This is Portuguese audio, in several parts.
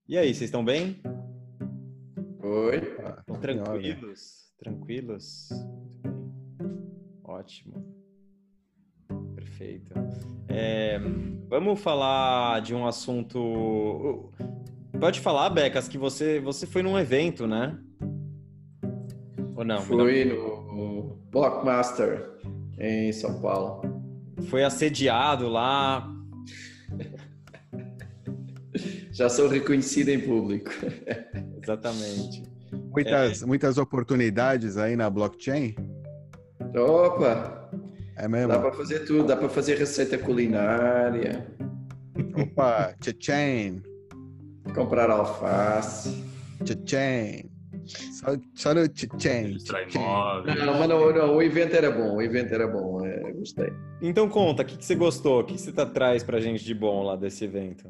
E aí, vocês estão bem? Oi. Estão tranquilos? Tranquilos? Muito bem. Ótimo. Perfeito. Vamos falar de um assunto... Pode falar, Becas, que você foi num evento, né? Ou não? Fui no Blockmaster, em São Paulo. Foi assediado lá. Já sou reconhecido em público. Exatamente. Muitas oportunidades aí na blockchain? Opa! É mesmo? Dá para fazer tudo, dá para fazer receita culinária. Opa, tcha-chain. Comprar alface. Tcha-chain. Só no tcha-chain. Não, mas não, o evento era bom, gostei. Então conta, o que você gostou? O que você traz pra gente de bom lá desse evento?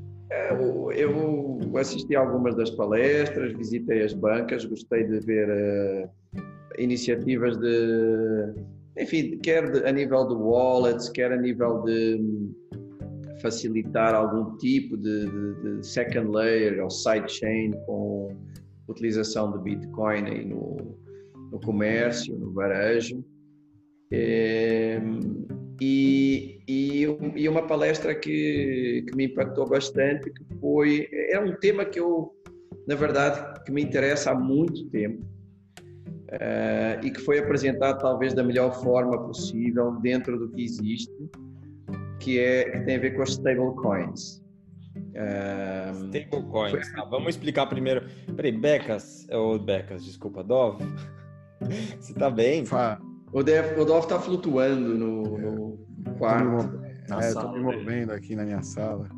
Eu assisti a algumas das palestras, visitei as bancas, gostei de ver iniciativas enfim, quer a nível de wallets, quer a nível de facilitar algum tipo de second layer ou sidechain com utilização de Bitcoin aí no comércio, no varejo. E uma palestra que me impactou bastante, que é um tema que na verdade, que me interessa há muito tempo, e que foi apresentado talvez da melhor forma possível dentro do que existe, que tem a ver com as stablecoins. Stablecoins. Vamos explicar primeiro. Peraí, Becas, desculpa, Dov. Você tá bem? O Dov está flutuando no quarto. Estou me movendo aqui na minha sala.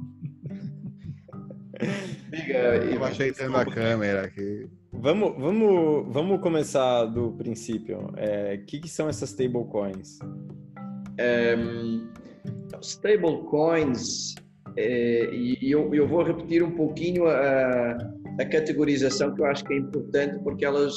Estou ajeitando a câmera aqui. Vamos começar do princípio. O que são essas stablecoins? Stablecoins, e eu vou repetir um pouquinho a categorização, que eu acho que é importante, porque elas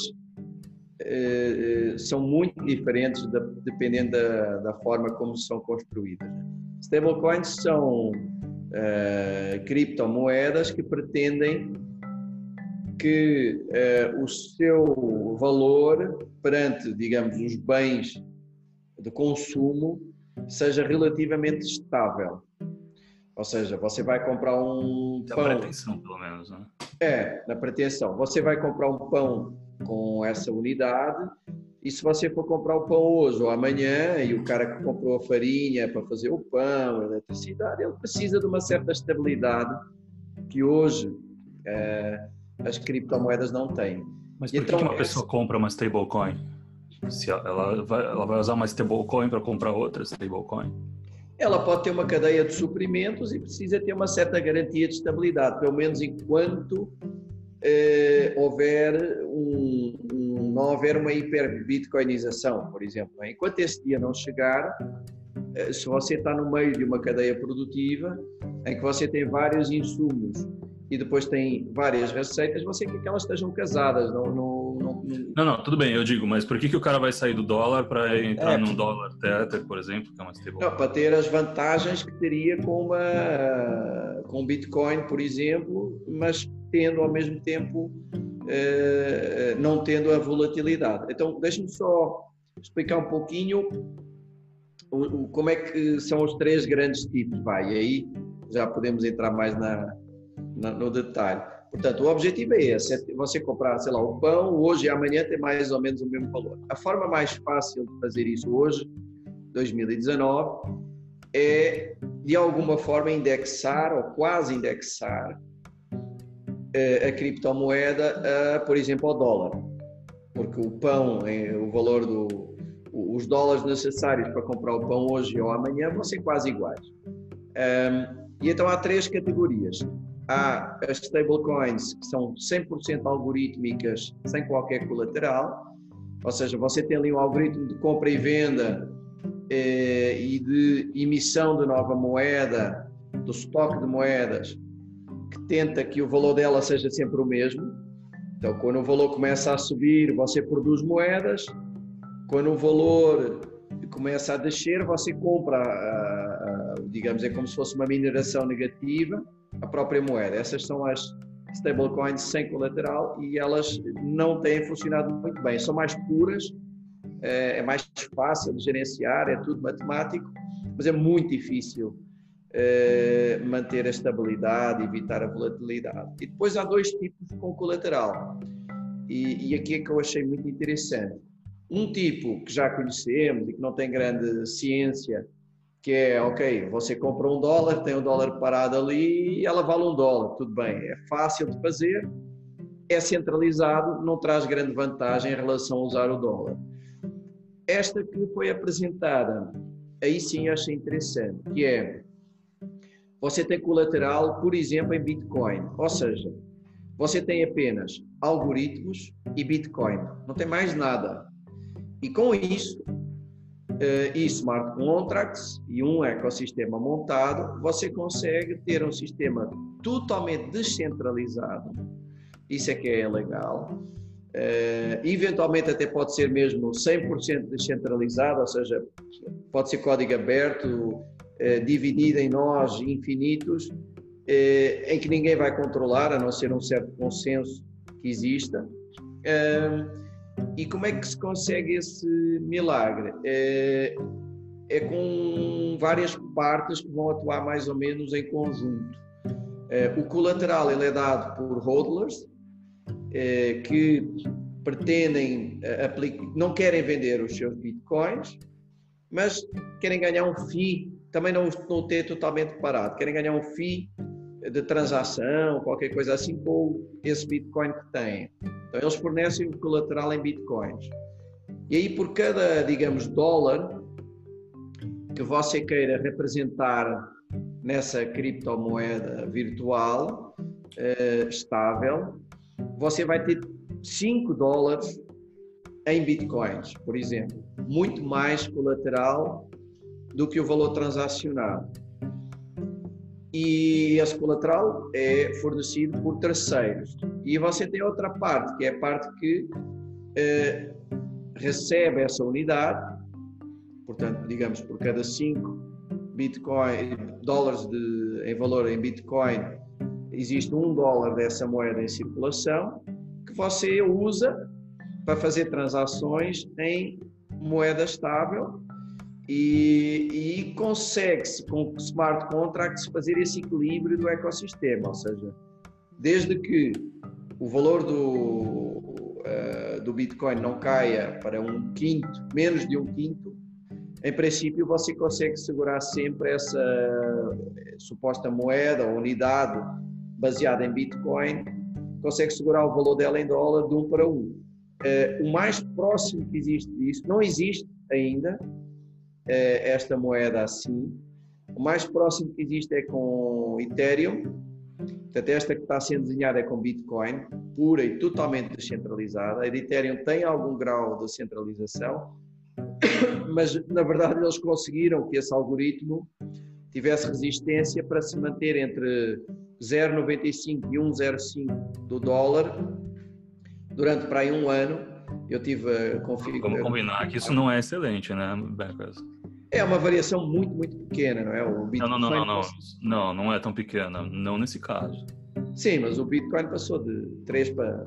são muito diferentes dependendo da forma como são construídas. Stablecoins são criptomoedas que pretendem que o seu valor perante, digamos, os bens de consumo seja relativamente estável. Ou seja, você vai comprar um pão... Na pretensão, pelo menos, né? Na pretensão. Você vai comprar um pão com essa unidade, e se você for comprar o pão hoje ou amanhã, e o cara que comprou a farinha para fazer o pão, a eletricidade, ele precisa de uma certa estabilidade que hoje as criptomoedas não têm. Mas por que uma pessoa compra uma stablecoin? Se ela vai usar uma stablecoin para comprar outra stablecoin? Ela pode ter uma cadeia de suprimentos e precisa ter uma certa garantia de estabilidade, pelo menos enquanto não houver uma hiper-bitcoinização, por exemplo. Enquanto esse dia não chegar, se você está no meio de uma cadeia produtiva em que você tem vários insumos e depois tem várias receitas, você quer que elas estejam casadas. Não, tudo bem, eu digo, mas por que o cara vai sair do dólar para entrar num dólar Tether, por exemplo, que é uma stablecoin? Não, para ter as vantagens que teria com Bitcoin, por exemplo, mas tendo ao mesmo tempo, não tendo a volatilidade. Então, deixe-me só explicar um pouquinho como é que são os três grandes tipos, e aí já podemos entrar mais no detalhe. Portanto, o objetivo é esse, é você comprar, sei lá, o pão, hoje e amanhã tem mais ou menos o mesmo valor. A forma mais fácil de fazer isso hoje, 2019, é, de alguma forma, indexar ou quase indexar a criptomoeda, por exemplo, ao dólar. Porque o pão, o valor os dólares necessários para comprar o pão hoje ou amanhã vão ser quase iguais. E então há três categorias. Há as stablecoins, que são 100% algorítmicas, sem qualquer colateral, ou seja, você tem ali um algoritmo de compra e venda e de emissão de nova moeda, do estoque de moedas, que tenta que o valor dela seja sempre o mesmo. Então, quando o valor começa a subir, você produz moedas, quando o valor começa a descer, você compra, digamos, é como se fosse uma mineração negativa, a própria moeda. Essas são as stablecoins sem colateral e elas não têm funcionado muito bem. São mais puras, é mais fácil de gerenciar, é tudo matemático, mas é muito difícil manter a estabilidade, evitar a volatilidade. E depois há dois tipos com colateral. E aqui é que eu achei muito interessante. Um tipo que já conhecemos e que não tem grande ciência, que é, ok, você compra $1, tem $1 parado ali e ela vale $1, tudo bem, é fácil de fazer, é centralizado, não traz grande vantagem em relação a usar o dólar. Esta que foi apresentada, aí sim eu achei interessante, que é, você tem colateral, por exemplo, em Bitcoin, ou seja, você tem apenas algoritmos e Bitcoin, não tem mais nada. E com isso, e smart contracts e um ecossistema montado, você consegue ter um sistema totalmente descentralizado. Isso é que é legal. Eventualmente até pode ser mesmo 100% descentralizado, ou seja, pode ser código aberto, dividido em nós infinitos, em que ninguém vai controlar, a não ser um certo consenso que exista. E como é que se consegue esse milagre? É com várias partes que vão atuar mais ou menos em conjunto. O colateral ele é dado por hodlers, que pretendem, não querem vender os seus bitcoins, mas querem ganhar um FII, também não ter totalmente parado, querem ganhar um FII de transação, qualquer coisa assim, com esse bitcoin que têm. Então, eles fornecem o colateral em bitcoins. E aí, por cada, digamos, dólar que você queira representar nessa criptomoeda virtual estável, você vai ter $5 em bitcoins, por exemplo. Muito mais colateral do que o valor transacionado. E esse colateral é fornecido por terceiros. E você tem outra parte, que é a parte que recebe essa unidade, portanto, digamos, por cada 5 dólares em valor em Bitcoin, existe $1 dessa moeda em circulação, que você usa para fazer transações em moeda estável. E consegue-se com smart contracts fazer esse equilíbrio do ecossistema, ou seja, desde que o valor do Bitcoin não caia para menos de 1/5, em princípio você consegue segurar sempre essa suposta moeda ou unidade baseada em Bitcoin, consegue segurar o valor dela em dólar de 1 para 1. O mais próximo que existe disso, não existe ainda esta moeda assim. O mais próximo que existe é com Ethereum. Portanto, esta que está sendo desenhada é com Bitcoin, pura e totalmente descentralizada. A Ethereum tem algum grau de centralização, mas na verdade eles conseguiram que esse algoritmo tivesse resistência para se manter entre 0,95 e 1,05 do dólar durante para aí um ano. Eu tive a configurar. Vamos combinar que isso não é excelente, né, Becas? É uma variação muito, muito pequena, não é? O Bitcoin não é tão pequena, não nesse caso. Sim, mas o Bitcoin passou de 3 para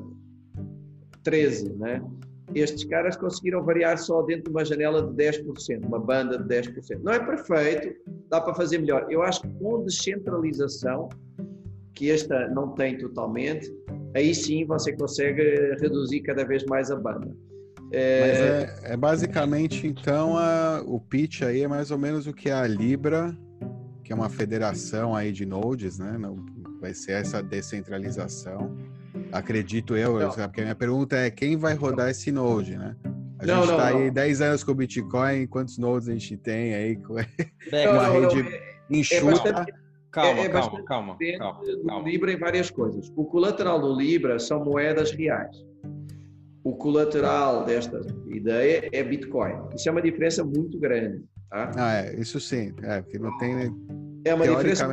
13, né? Estes caras conseguiram variar só dentro de uma janela de 10%, uma banda de 10%. Não é perfeito, dá para fazer melhor. Eu acho que com descentralização, que esta não tem totalmente, aí sim você consegue reduzir cada vez mais a banda. Mas é basicamente, então, o pitch aí é mais ou menos o que é a Libra, que é uma federação aí de nodes, né? Não, vai ser essa descentralização. Acredito eu, porque a minha pergunta é quem vai rodar esse node, né? A gente está aí 10 anos com o Bitcoin, quantos nodes a gente tem aí? Uma rede enxuta. Calma. Do Libra em várias coisas. O colateral do Libra são moedas reais. O colateral desta ideia é Bitcoin. Isso é uma diferença muito grande. Tá? Isso sim. Porque não tem... É uma diferença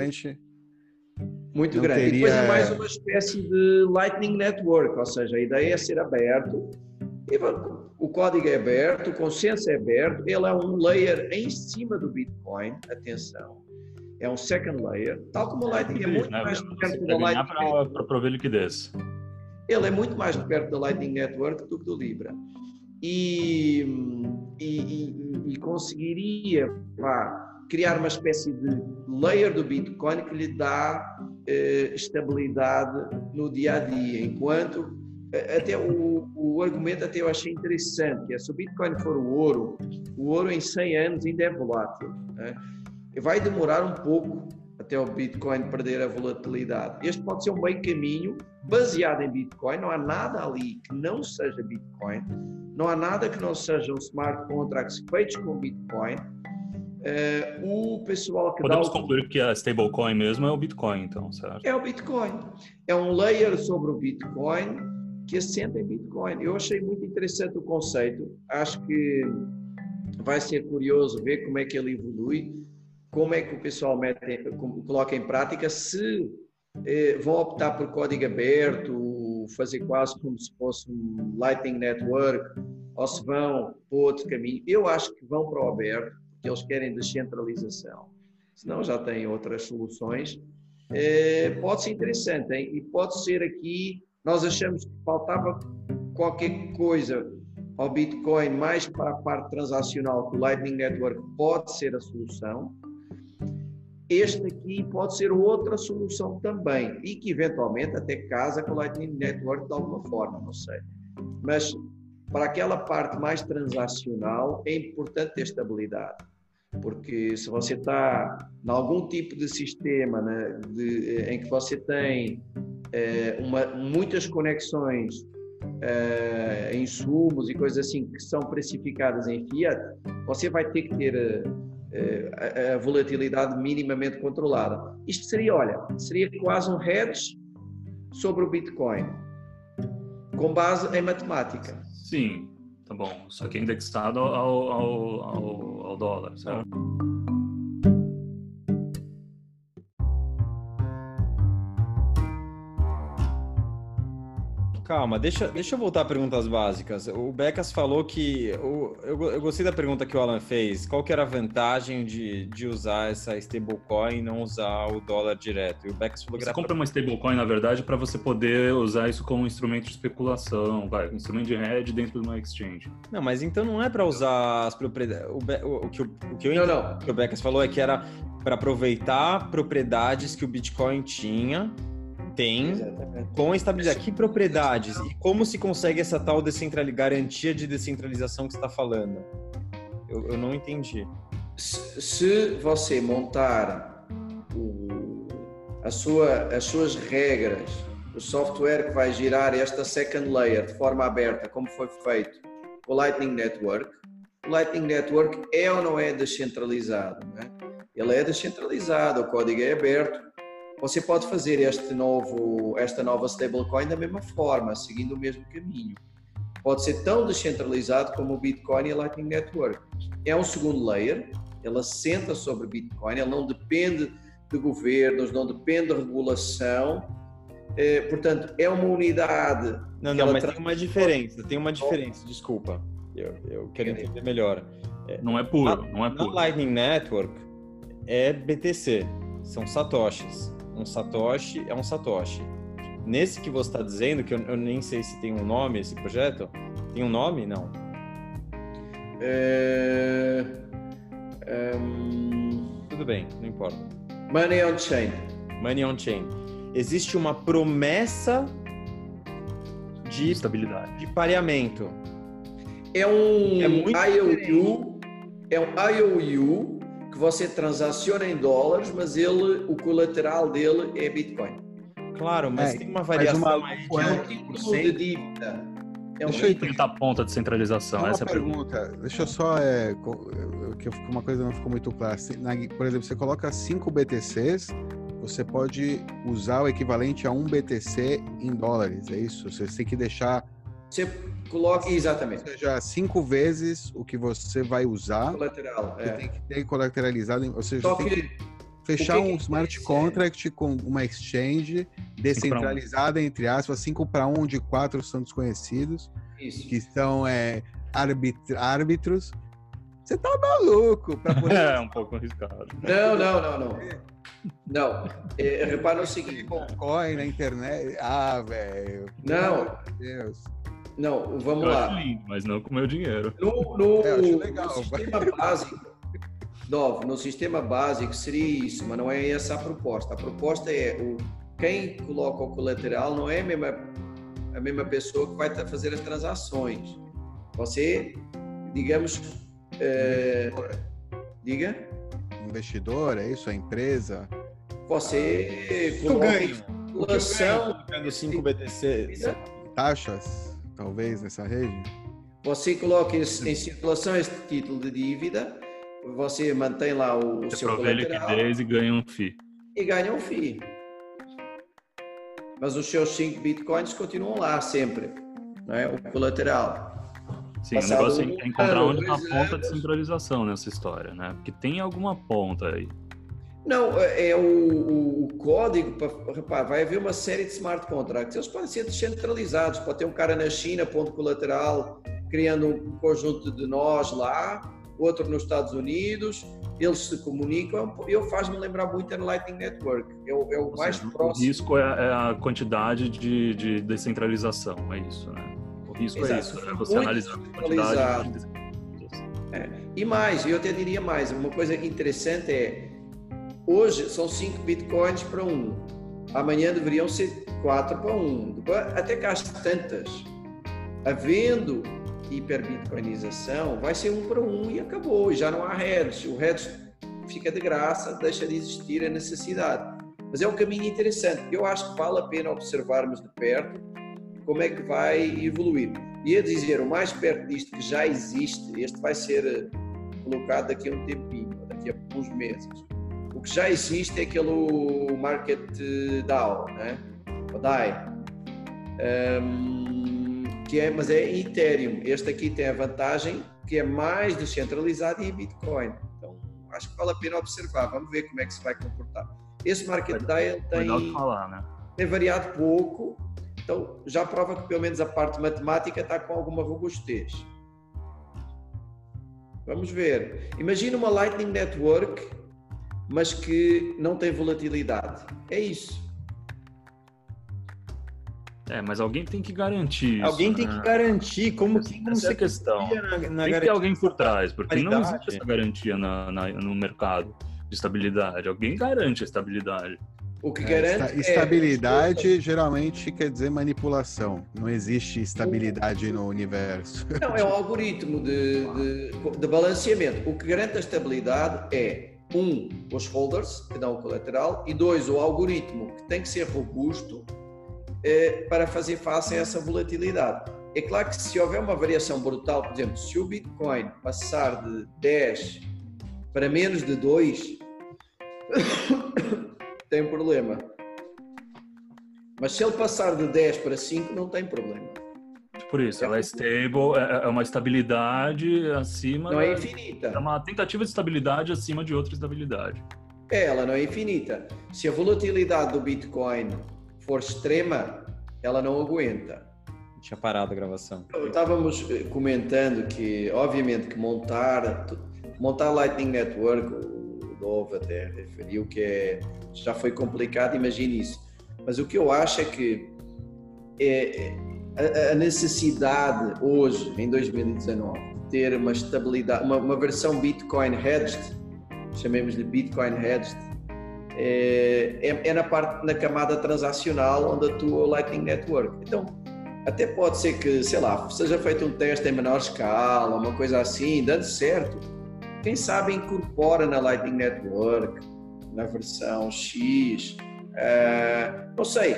muito grande. Teria... E depois é mais uma espécie de Lightning Network, ou seja, a ideia é ser aberto. O código é aberto, o consenso é aberto, ele é um layer em cima do Bitcoin, atenção. é um second layer, tal como o Lightning é muito mais perto da ganhar Lightning. para prover liquidez. Ele é muito mais perto da Lightning Network do que do Libra. E conseguiria criar uma espécie de layer do Bitcoin que lhe dá estabilidade no dia a dia, enquanto até o argumento até eu achei interessante, que é se o Bitcoin for o ouro em 100 anos ainda é volátil, né? Vai demorar um pouco até o Bitcoin perder a volatilidade. Este pode ser um meio caminho baseado em Bitcoin, não há nada ali que não seja Bitcoin, não há nada que não sejam smart contracts feitos com Bitcoin. O pessoal que podemos concluir que a stablecoin mesmo é o Bitcoin, então, certo? É o Bitcoin. É um layer sobre o Bitcoin que assenta em Bitcoin. Eu achei muito interessante o conceito. Acho que vai ser curioso ver como é que ele evolui, como é que o pessoal coloca em prática, se vão optar por código aberto, fazer quase como se fosse um Lightning Network, ou se vão para outro caminho. Eu acho que vão para o aberto, porque eles querem descentralização. Senão já têm outras soluções. Pode ser interessante, hein? E pode ser aqui, nós achamos que faltava qualquer coisa ao Bitcoin mais para a parte transacional, que o Lightning Network pode ser a solução. Este aqui pode ser outra solução também, e que eventualmente até casa com o Lightning Network de alguma forma, não sei. Mas para aquela parte mais transacional é importante ter estabilidade, porque se você está em algum tipo de sistema, né, em que você tem muitas conexões, insumos e coisas assim que são precificadas em fiat, você vai ter que ter a volatilidade minimamente controlada. Isto seria quase um hedge sobre o Bitcoin, com base em matemática. Sim, tá bom. Só que indexado ao dólar, certo? Calma, deixa eu voltar a perguntas básicas. O Becas falou que... Eu gostei da pergunta que o Alan fez. Qual que era a vantagem de usar essa stablecoin e não usar o dólar direto? E o Becas falou que você compra uma stablecoin, na verdade, para você poder usar isso como instrumento de especulação, um instrumento de hedge dentro de uma exchange. Não, mas então não é para usar as propriedades... O que eu entendi que o Becas falou é que era para aproveitar propriedades que o Bitcoin tem exatamente, com estabilidade. Que propriedades? E como se consegue essa tal garantia de descentralização que você está falando? Eu não entendi. Se você montar as suas regras, o software que vai girar esta second layer de forma aberta, como foi feito com o Lightning Network, o Lightning Network é ou não é descentralizado? Não é? Ele é descentralizado, o código é aberto. Você pode fazer esta nova stablecoin da mesma forma, seguindo o mesmo caminho. Pode ser tão descentralizado como o Bitcoin e o Lightning Network. É um segundo layer, ele assenta sobre o Bitcoin, ele não depende de governos, não depende de regulação. Portanto, é uma unidade... Não, mas tem uma diferença, desculpa. Eu quero entender melhor. Não é puro, não é puro. No Lightning Network é BTC, são satoshis. Um satoshi é um satoshi. Nesse que você está dizendo, que eu nem sei se tem um nome esse projeto, tem um nome? Não. Tudo bem, não importa. Money on Chain. Money on Chain. Existe uma promessa de estabilidade, de pareamento. É um IOU, que você transaciona em dólares, mas o colateral dele é Bitcoin. Claro, mas tem uma variação aí de 1% de dívida. Deixa eu tentar a ponta de centralização. Essa pergunta. Deixa eu só... uma coisa não ficou muito clara. Por exemplo, você coloca 5 BTCs, você pode usar o equivalente a 1 BTC em dólares, é isso? Você tem que deixar... Você coloca, exatamente. Ou seja, 5 vezes o que você vai usar. Colateral. Você tem que ter colateralizado, ou seja, você tem que fechar um smart contract com uma exchange descentralizada, entre aspas, 5-1, onde 4 são desconhecidos, isso, que são árbitros. Você tá maluco para poder... É um pouco arriscado. Não. Não, repara o seguinte. Bitcoin na internet. velho. Não. Meu Deus. Não, vamos eu lá. Acho lindo, mas não com o meu dinheiro. Acho legal. No sistema básico, no sistema básico seria isso, mas não é essa a proposta. A proposta é quem coloca o colateral não é a mesma pessoa que vai fazer as transações. Você, digamos, diga? Investidor, é isso? A empresa? Você coloca em circulação... 5 BTC. Taxas, talvez, nessa rede? Você coloca em circulação esse título de dívida, você mantém lá o seu colateral. Liquidez e ganha um FII. E ganha um FII. Mas os seus 5 bitcoins continuam lá sempre, não é? O colateral. Sim, o negócio é encontrar onde está a ponta de centralização nessa história, né? Porque tem alguma ponta aí. Não, é o código, repare, vai haver uma série de smart contracts, eles podem ser descentralizados, pode ter um cara na China, ponto colateral, criando um conjunto de nós lá, outro nos Estados Unidos, eles se comunicam, faz-me lembrar muito a Lightning Network, é o mais próximo. O risco é a quantidade de descentralização, é isso, né? O risco é isso, é você analisar a quantidade de descentralização. E mais, eu até diria mais, uma coisa interessante é, hoje são 5 bitcoins para 1, amanhã deveriam ser 4 para 1, até que às tantas, havendo hiperbitcoinização, vai ser 1 para 1 e acabou, e já não há hedge, o hedge fica de graça, deixa de existir a necessidade. Mas é um caminho interessante, eu acho que vale a pena observarmos de perto como é que vai evoluir. E a dizer, o mais perto disto que já existe, este vai ser colocado daqui a um tempinho, daqui a uns meses. O que já existe é aquele Market DAO, né? O DAI. Mas é Ethereum. Este aqui tem a vantagem que é mais descentralizado e Bitcoin. Então, acho que vale a pena observar. Vamos ver como é que se vai comportar. Esse Market DAI tem variado pouco. Então, já prova que pelo menos a parte matemática está com alguma robustez. Vamos ver. Imagina uma Lightning Network, mas que não tem volatilidade. É isso. Mas alguém tem que garantir isso. Alguém tem que garantir. Como essa é a questão. Tem que ter alguém por trás, porque não existe essa garantia no mercado de estabilidade. Alguém garante a estabilidade. O que garante estabilidade geralmente quer dizer manipulação. Não existe estabilidade no universo. Não, é um algoritmo de balanceamento. O que garante a estabilidade é, 1, os holders, que dão o colateral, e 2, o algoritmo, que tem que ser robusto para fazer face a essa volatilidade. É claro que se houver uma variação brutal, por exemplo, se o Bitcoin passar de 10 para menos de 2, tem um problema. Mas se ele passar de 10 para 5, não tem problema. Por isso, ela é stable, é uma estabilidade acima... Não é infinita. É uma tentativa de estabilidade acima de outra estabilidade. Ela não é infinita. Se a volatilidade do Bitcoin for extrema, ela não aguenta. Tinha parado a gravação. Estávamos comentando que, obviamente, que montar Lightning Network, o Dove até referiu que já foi complicado, imagine isso. Mas o que eu acho é que a necessidade hoje, em 2019, de ter uma estabilidade, uma versão Bitcoin hedged, chamemos-lhe Bitcoin hedged, na camada transacional onde atua o Lightning Network. Então, até pode ser que, sei lá, seja feito um teste em menor escala, uma coisa assim, dando certo. Quem sabe incorpora na Lightning Network, na versão X, não sei.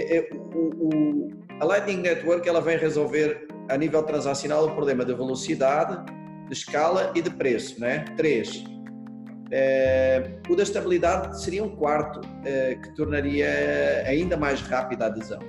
A Lightning Network ela vem resolver a nível transacional o problema de velocidade, de escala e de preço, né? 3. O da estabilidade seria um quarto, que tornaria ainda mais rápida a adesão.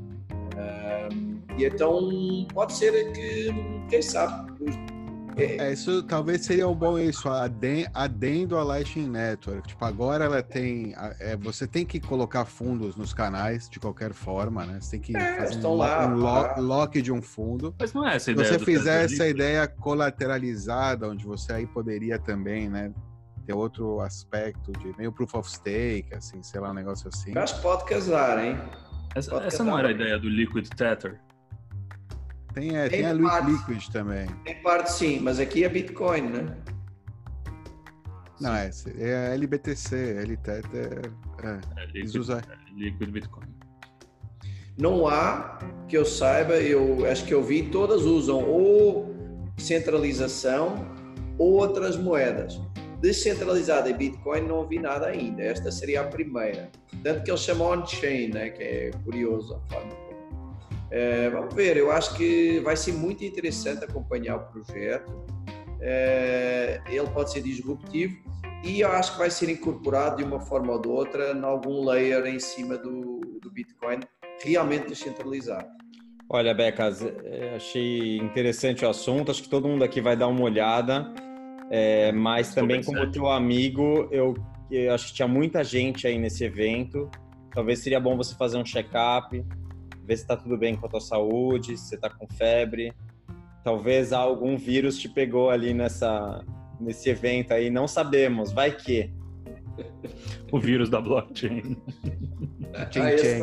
E então pode ser que, quem sabe... Isso talvez seria um bom adendo à Lightning Network. Tipo, agora ela tem... você tem que colocar fundos nos canais, de qualquer forma, né? Você tem que fazer um lock de um fundo. Mas não é essa ideia. Se você fizer essa ideia colateralizada, onde você aí poderia também, né? ter outro aspecto de meio proof of stake, assim, sei lá, um negócio assim. Eu acho que pode casar, hein? Essa não era a ideia do Liquid Tether? Tem a Liquid também. Tem parte sim, mas aqui é Bitcoin, né? Não, é a LBTC, LTether, Liquid Bitcoin. Não há, que eu saiba, eu acho que eu vi, todas usam ou centralização ou outras moedas. Descentralizada e Bitcoin não vi nada ainda, esta seria a primeira. Tanto que eles chamam on-chain, né? Que é curioso a forma como. Vamos ver, eu acho que vai ser muito interessante acompanhar o projeto. Ele pode ser disruptivo e eu acho que vai ser incorporado de uma forma ou de outra em algum layer em cima do Bitcoin, realmente descentralizado. Olha, Becas, achei interessante o assunto, acho que todo mundo aqui vai dar uma olhada, mas também como teu amigo, eu acho que tinha muita gente aí nesse evento, talvez seria bom você fazer um check-up, ver se está tudo bem com a tua saúde, se você está com febre, talvez algum vírus te pegou ali nesse evento aí, não sabemos, vai que... O vírus da blockchain. Esse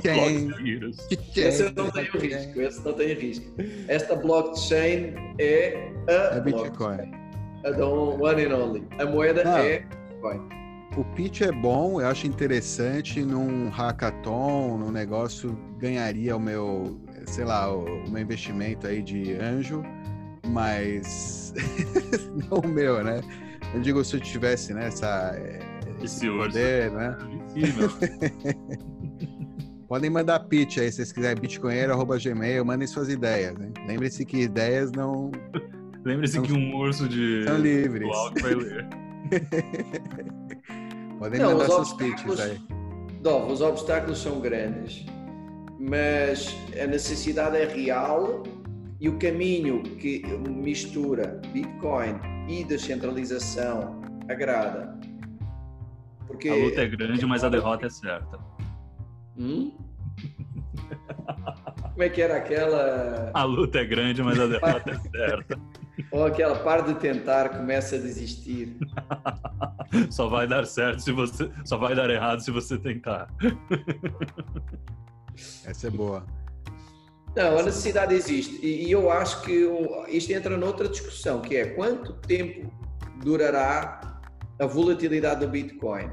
não tem risco. Esta blockchain é a Bitcoin. A one and only. A moeda é Bitcoin. O pitch é bom, eu acho interessante. Num hackathon, num negócio, ganharia o meu, sei lá, o meu investimento aí de anjo, mas não o meu, né? Eu digo, se eu tivesse, né, esse poder, né? Podem mandar pitch aí, se vocês quiserem, bitcoinheiro@gmail, mandem suas ideias, né? Lembre-se que ideias não... Lembre-se que um urso de... São livres. Vai ler. Podem mandar seus pitches aí. Os obstáculos são grandes, mas a necessidade é real e o caminho que mistura Bitcoin e descentralização agrada. Porque... A luta é grande, mas a derrota é certa. Como é que era aquela... A luta é grande, mas a derrota é certa. Ou aquela par de tentar, começa a desistir. Só vai dar certo se você... Só vai dar errado se você tentar. Essa é boa. Não, a necessidade existe. E eu acho que isto entra noutra discussão, que é quanto tempo durará a volatilidade do Bitcoin.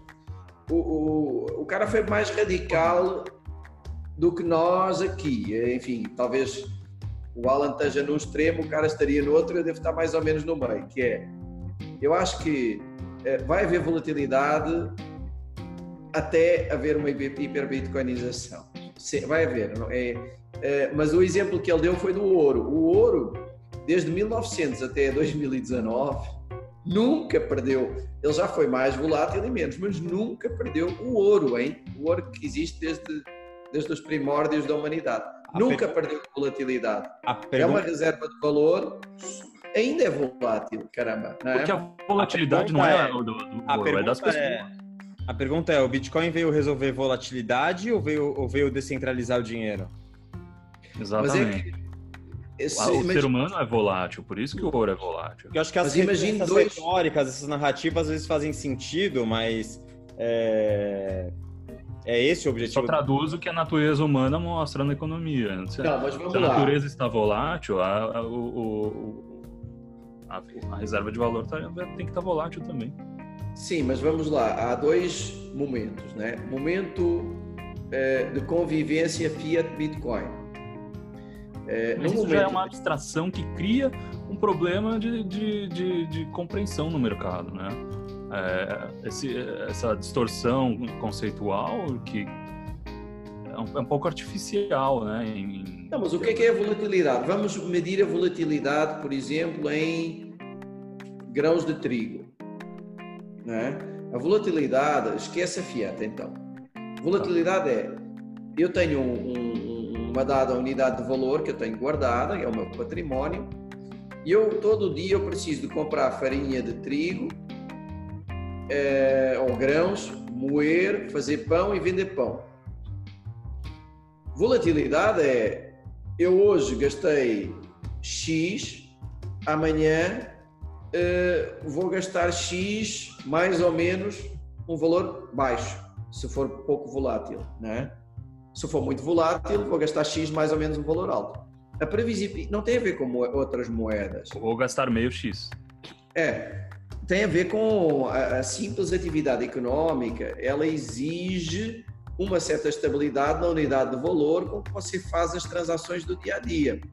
O cara foi mais radical do que nós aqui. Enfim, talvez o Alan esteja num extremo, o cara estaria no outro, eu devo estar mais ou menos no meio, que é, eu acho que vai haver volatilidade até haver uma hiperbitcoinização. Vai haver, não é? Mas o exemplo que ele deu foi do ouro. O ouro, desde 1900 até 2019, nunca perdeu. Ele já foi mais volátil e menos, mas nunca perdeu o ouro, hein? O ouro que existe desde os primórdios da humanidade. Nunca perdeu volatilidade. É uma reserva de valor, ainda é volátil, caramba. Não é? Porque a volatilidade não é do ouro, é das pessoas. A pergunta é, o Bitcoin veio resolver volatilidade ou veio descentralizar o dinheiro? Exatamente. O ser humano é volátil, por isso que o ouro é volátil. Eu acho que essas retóricas, essas narrativas às vezes fazem sentido, mas é esse o objetivo. Só traduz o que a natureza humana mostra na economia. Não, mas vamos lá. Se a natureza está volátil, a reserva de valor tem que estar volátil também. Sim, mas vamos lá. Há dois momentos, né? Momento de convivência Fiat-Bitcoin. Mas isso já é uma abstração que cria um problema de compreensão no mercado, né? Essa distorção conceitual que é um pouco artificial, né? Não, mas o que é a volatilidade? Vamos medir a volatilidade, por exemplo, em grãos de trigo, não é? A volatilidade, esquece a Fiat, então. Volatilidade eu tenho uma dada unidade de valor que eu tenho guardada, é o meu património, e todo dia eu preciso de comprar farinha de trigo ou grãos, moer, fazer pão e vender pão. Volatilidade eu hoje gastei X, amanhã vou gastar X, mais ou menos, um valor baixo, se for pouco volátil, né? Se for muito volátil, vou gastar X, mais ou menos um valor alto. A previsibilidade não tem a ver com outras moedas. Vou gastar meio X. Tem a ver com a simples atividade económica. Ela exige uma certa estabilidade na unidade de valor com que você faz as transações do dia a dia.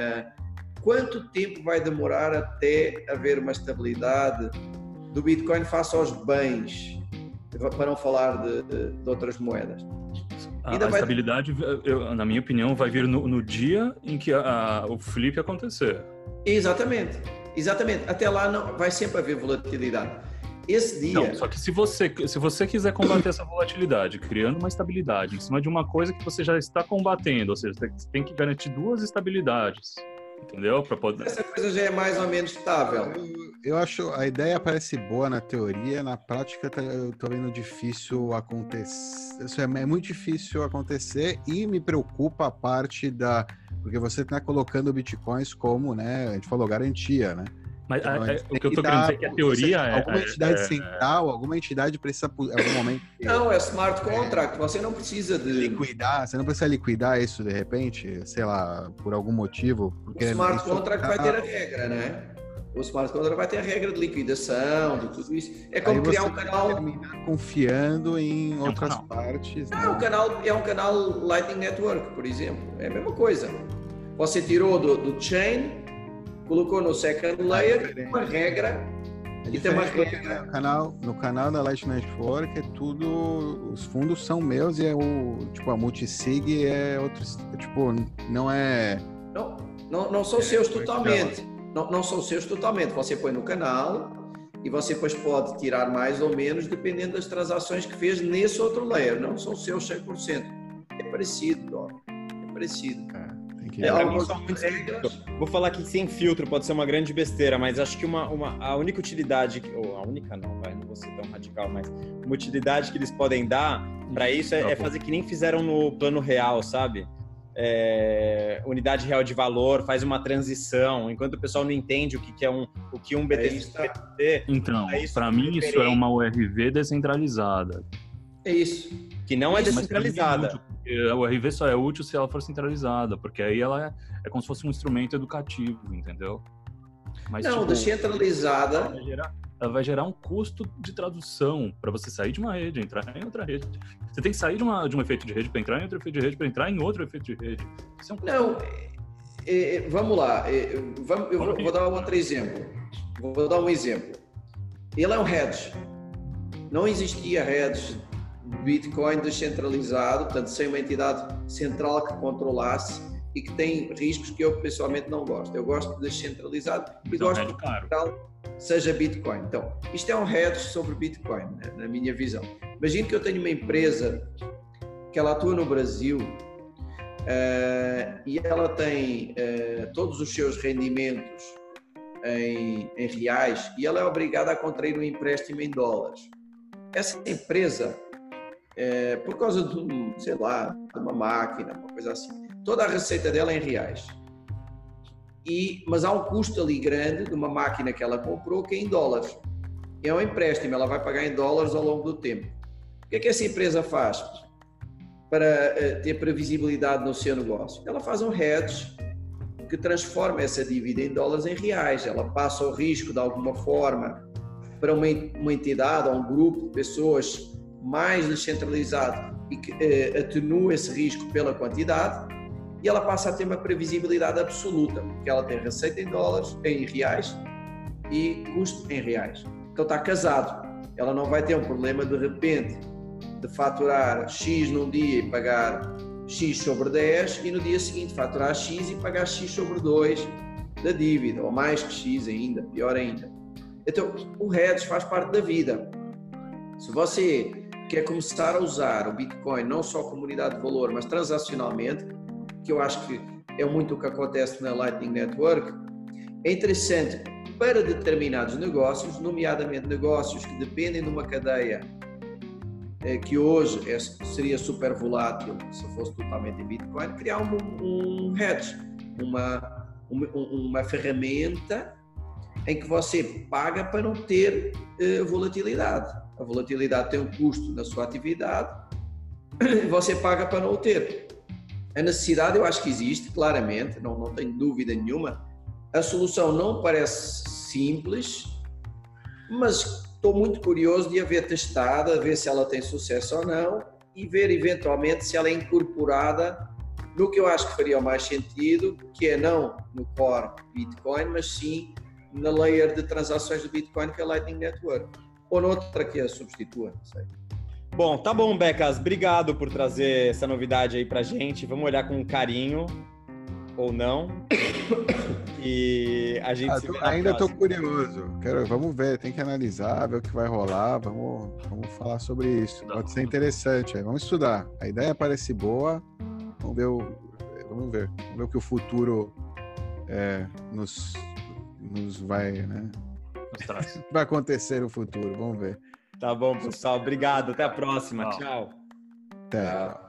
Quanto tempo vai demorar até haver uma estabilidade do Bitcoin face aos bens, para não falar de outras moedas? A estabilidade, na minha opinião, vai vir no dia em que o flip acontecer. Exatamente. Até lá não, vai sempre haver volatilidade. Esse dia... Não, só que se você quiser combater essa volatilidade, criando uma estabilidade em cima de uma coisa que você já está combatendo, ou seja, você tem que garantir duas estabilidades, entendeu? Para poder... Essa coisa já é mais ou menos estável. Eu acho, a ideia parece boa na teoria, na prática eu tô vendo difícil acontecer. Isso é muito difícil acontecer e me preocupa a parte porque você está colocando bitcoins como, né, a gente falou, garantia, né? Mas então, o que eu estou querendo dizer é que a teoria alguma entidade central, alguma entidade precisa, em algum momento... Não, é smart contract, você não precisa de... liquidar, você não precisa liquidar isso de repente, sei lá, por algum motivo. Porque o smart contract vai ter a regra, né? O smart contract vai ter a regra de liquidação, de tudo isso. É como criar um canal... terminar confiando em outras partes. É um canal Lightning Network, por exemplo. É a mesma coisa. Você tirou do chain, colocou no second layer uma regra. E tem uma regra. No canal da Lightning Network é tudo. Os fundos são meus e a multisig é outro. Não é. Não são seus totalmente. Não são seus totalmente. Você põe no canal e você depois pode tirar mais ou menos dependendo das transações que fez nesse outro layer. Não são seus 100%. É parecido, Dó. É parecido. Vou falar que sem filtro pode ser uma grande besteira, mas acho que a única utilidade, ou a única não vou ser tão radical, mas uma utilidade que eles podem dar para isso é fazer que nem fizeram no plano real, sabe? Unidade real de valor, faz uma transição, enquanto o pessoal não entende o que é um BTC. Então, para mim isso é uma URV descentralizada. É isso. Que não é descentralizada. A URV só é útil se ela for centralizada, porque aí ela é como se fosse um instrumento educativo, entendeu? Mas, descentralizada... Ela vai gerar um custo de tradução para você sair de uma rede, entrar em outra rede. Você tem que sair de um efeito de rede para entrar em outro efeito de rede, para entrar em outro efeito de rede. Isso é um custo. Vamos lá. Eu vou dar outro exemplo. Vou dar um exemplo. Ele é um hedge. Não existia hedge Bitcoin descentralizado, portanto, sem uma entidade central que controlasse e que tem riscos que eu pessoalmente não gosto. Eu gosto de descentralizado e gosto que central seja Bitcoin. Então, isto é um hedge sobre Bitcoin, né, na minha visão. Imagino que eu tenho uma empresa que ela atua no Brasil e ela tem todos os seus rendimentos em reais e ela é obrigada a contrair um empréstimo em dólares. Essa empresa, por causa de uma máquina, uma coisa assim, toda a receita dela é em reais. Mas há um custo ali grande de uma máquina que ela comprou que é em dólares. É um empréstimo, ela vai pagar em dólares ao longo do tempo. O que é que essa empresa faz para ter previsibilidade no seu negócio? Ela faz um hedge que transforma essa dívida em dólares em reais. Ela passa o risco de alguma forma para uma entidade ou um grupo de pessoas mais descentralizado e que atenua esse risco pela quantidade. E ela passa a ter uma previsibilidade absoluta, porque ela tem receita em dólares, em reais e custo em reais. Então está casado. Ela não vai ter um problema de repente de faturar X num dia e pagar X sobre 10 e no dia seguinte faturar X e pagar X sobre 2 da dívida, ou mais que X ainda, pior ainda. Então o hedge faz parte da vida. Se você quer começar a usar o Bitcoin não só como unidade de valor, mas transacionalmente, que eu acho que é muito o que acontece na Lightning Network, é interessante para determinados negócios, nomeadamente negócios que dependem de uma cadeia que hoje seria super volátil se fosse totalmente em Bitcoin, criar um hedge, uma ferramenta em que você paga para não ter volatilidade. A volatilidade tem um custo na sua atividade, você paga para não o ter. A necessidade eu acho que existe, claramente, não tenho dúvida nenhuma. A solução não parece simples, mas estou muito curioso de a ver testada, ver se ela tem sucesso ou não e ver eventualmente se ela é incorporada no que eu acho que faria mais sentido, que é não no core Bitcoin, mas sim na layer de transações do Bitcoin, que é a Lightning Network. Ou noutra que a substitua, não sei. Bom, tá bom, Becas. Obrigado por trazer essa novidade aí pra gente. Vamos olhar com carinho, ou não. E a gente se vê na ainda próxima. Tô curioso. Vamos ver, tem que analisar, ver o que vai rolar. Vamos falar sobre isso. Pode ser interessante. Vamos estudar. A ideia parece boa. Vamos ver o que o futuro nos vai, né? Vai acontecer no futuro. Vamos ver. Tá bom, pessoal. Obrigado. Até a próxima. Tchau. Até.